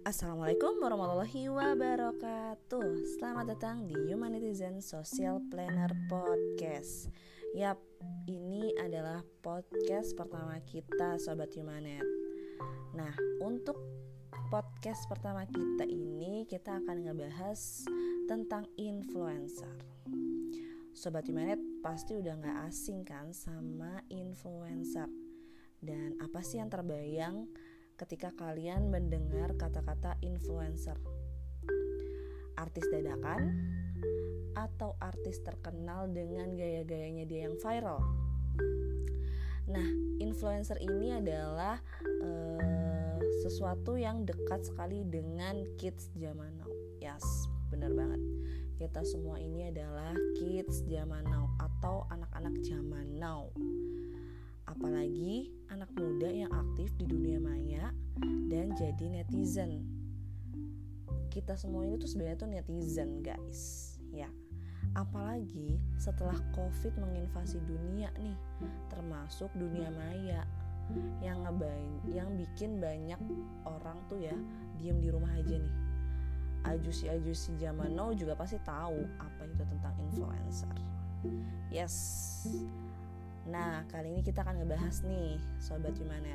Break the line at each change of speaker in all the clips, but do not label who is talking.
Assalamualaikum warahmatullahi wabarakatuh. Selamat datang di Humanitizen Social Planner Podcast. Yap, ini adalah podcast pertama kita Sobat Humanet. Nah, untuk podcast pertama kita ini kita akan ngebahas tentang influencer. Sobat Humanet pasti udah gak asing kan sama influencer. Dan apa sih yang terbayang ketika kalian mendengar kata-kata influencer? Artis dadakan atau artis terkenal dengan gaya-gayanya dia yang viral? Nah, influencer ini adalah sesuatu yang dekat sekali dengan kids zaman now. Yes, benar banget. Kita semua ini adalah kids zaman now atau anak-anak zaman now. Apalagi anak muda yang aktif di dunia maya dan jadi netizen. Kita semua ini tuh sebenarnya tuh netizen, guys. Ya. Apalagi setelah Covid menginvasi dunia nih, termasuk dunia maya yang bikin banyak orang tuh ya diem di rumah aja nih. Ajusi zaman now juga pasti tahu apa itu tentang influencer. Yes. Nah, kali ini kita akan ngebahas nih Sobat Humanet.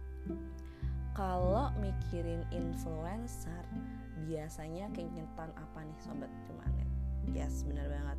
Kalau mikirin influencer, biasanya keingetan apa nih Sobat Humanet? Yes, benar banget.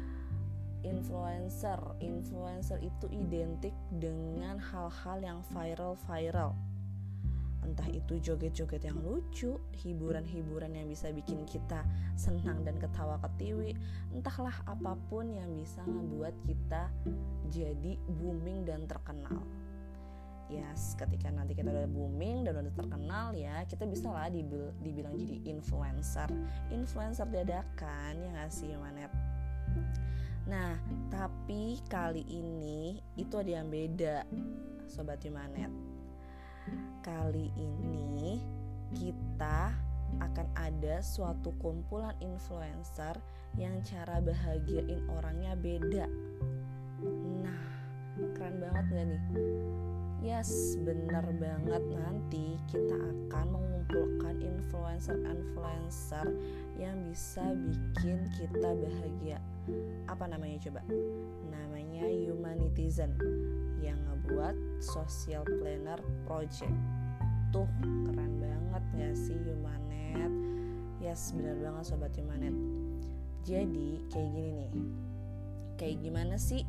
Influencer itu identik dengan hal-hal yang viral. Entah itu joget-joget yang lucu, hiburan-hiburan yang bisa bikin kita senang dan ketawa ketiwi, entahlah apapun yang bisa ngebuat kita jadi booming dan terkenal. Yes, ketika nanti kita udah booming dan udah terkenal ya, kita bisa lah dibilang jadi influencer dadakan, ya gak sih Manet? Nah, tapi kali ini itu ada yang beda Sobat Humanet. Kali ini kita akan ada suatu kumpulan influencer yang cara bahagiain orangnya beda. Nah, keren banget gak nih? Yes, bener banget. Nanti kita akan mengumpulkan influencer yang bisa bikin kita bahagia. Apa namanya coba? Namanya Humanitizen, yang ngebuat Social Planner Project. Tuh, keren banget gak sih Humanet? Yes, bener banget Sobat Humanet. Jadi kayak gini nih, kayak gimana sih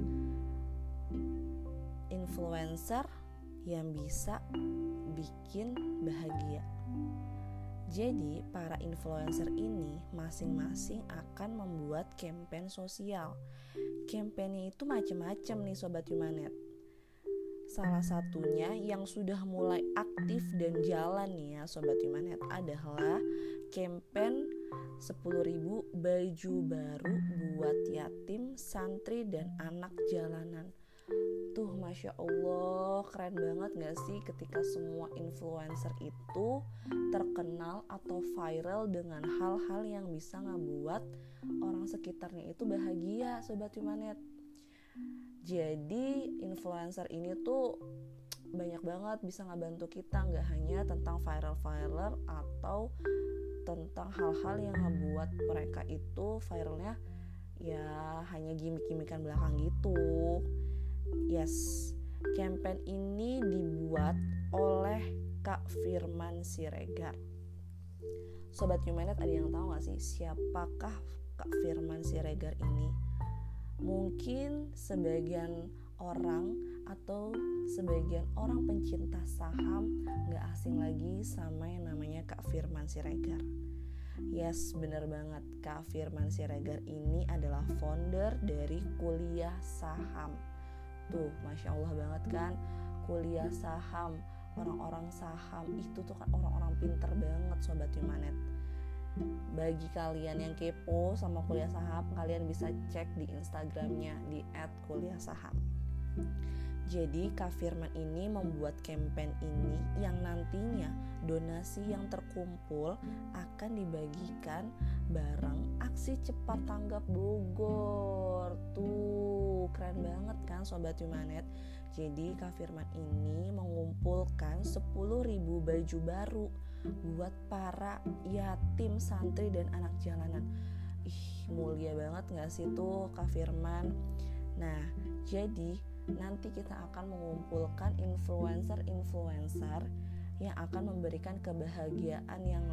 influencer yang bisa bikin bahagia? Jadi para influencer ini masing-masing akan membuat campaign sosial. Campaignnya itu macam-macam nih Sobat Humanet. Salah satunya yang sudah mulai aktif dan jalan nih ya Sobat Humanet adalah campaign 10.000 baju baru buat yatim, santri, dan anak jalanan. Tuh, Masya Allah, keren banget gak sih ketika semua influencer itu terkenal atau viral dengan hal-hal yang bisa ngebuat orang sekitarnya itu bahagia Sobat Humanet. Jadi influencer ini tuh banyak banget bisa ngebantu kita, gak hanya tentang viral atau tentang hal-hal yang ngebuat mereka itu viralnya ya hanya gimmick-gimmickan belakang gitu. Yes, campaign ini dibuat oleh Kak Firman Siregar. Sobat Humanet, ada yang tahu gak sih siapakah Kak Firman Siregar ini? Mungkin sebagian orang atau sebagian orang pencinta saham gak asing lagi sama yang namanya Kak Firman Siregar. Yes, bener banget. Kak Firman Siregar ini adalah founder dari Kuliah Saham. Tuh, Masya Allah banget kan, kuliah saham, orang-orang saham itu tuh kan orang-orang pinter banget Sobat Humanet. Bagi kalian yang kepo sama kuliah saham, kalian bisa cek di Instagramnya di @kuliahsaham. Jadi Kak Firman ini membuat campaign ini yang nantinya donasi yang terkumpul akan dibagikan bareng aksi cepat tanggap Bogor. Tuh, keren banget kan Sobat Humanet. Jadi Kak Firman ini mengumpulkan 10.000 baju baru buat para yatim, santri, dan anak jalanan. Mulia banget gak sih tuh Kak Firman? Nah, jadi nanti kita akan mengumpulkan influencer-influencer yang akan memberikan kebahagiaan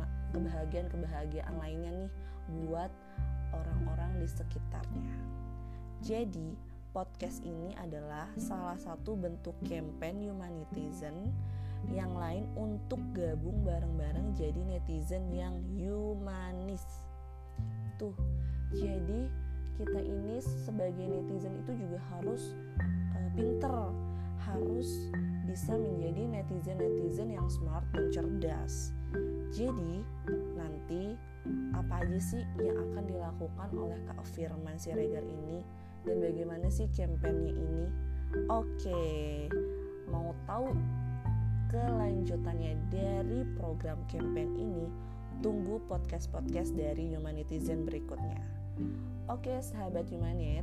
lainnya nih buat orang-orang di sekitarnya. Jadi podcast ini adalah salah satu bentuk campaign Humanitizen yang lain untuk gabung bareng-bareng jadi netizen yang humanis. Tuh, jadi kita ini sebagai netizen itu juga harus pinter, harus bisa menjadi netizen yang smart dan cerdas. Jadi nanti apa aja sih yang akan dilakukan oleh Kak Firman Siregar ini, dan bagaimana sih kampanye ini? Oke, mau tahu kelanjutannya dari program campaign ini? Tunggu podcast dari Humanitizen berikutnya. Oke, sahabat Humanit,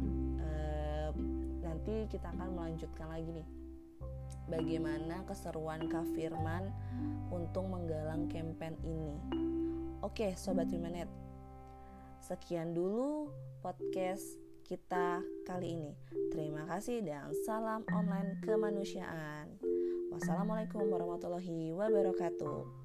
nanti kita akan melanjutkan lagi nih bagaimana keseruan Kak Firman untuk menggalang campaign ini. Oke, Sobat Humanit, sekian dulu podcast kita kali ini. Terima kasih dan salam online kemanusiaan. Wassalamualaikum warahmatullahi wabarakatuh.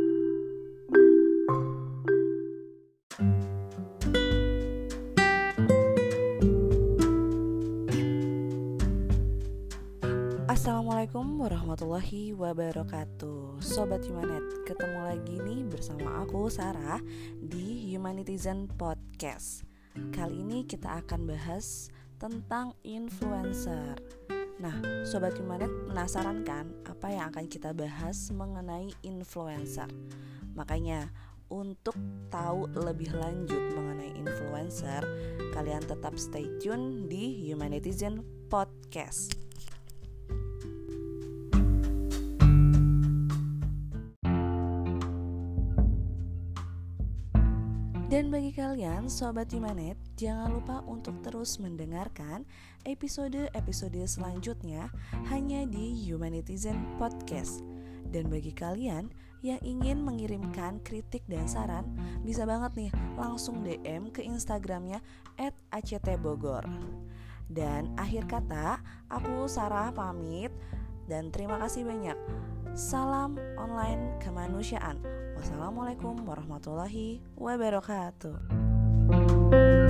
Assalamualaikum warahmatullahi wabarakatuh. Sobat Humanit, ketemu lagi nih bersama aku Sarah di Humanitizen Podcast. Kali ini kita akan bahas tentang influencer. Nah, Sobat Humanit penasaran kan apa yang akan kita bahas mengenai influencer? Makanya untuk tahu lebih lanjut mengenai influencer, kalian tetap stay tune di Humanitizen Podcast. Dan bagi kalian Sobat Humanit, jangan lupa untuk terus mendengarkan episode-episode selanjutnya hanya di Humanitizen Podcast. Dan bagi kalian yang ingin mengirimkan kritik dan saran, bisa banget nih langsung DM ke Instagramnya @actbogor. Dan akhir kata, aku Sarah pamit dan terima kasih banyak. Salam online kemanusiaan. Wassalamualaikum warahmatullahi wabarakatuh.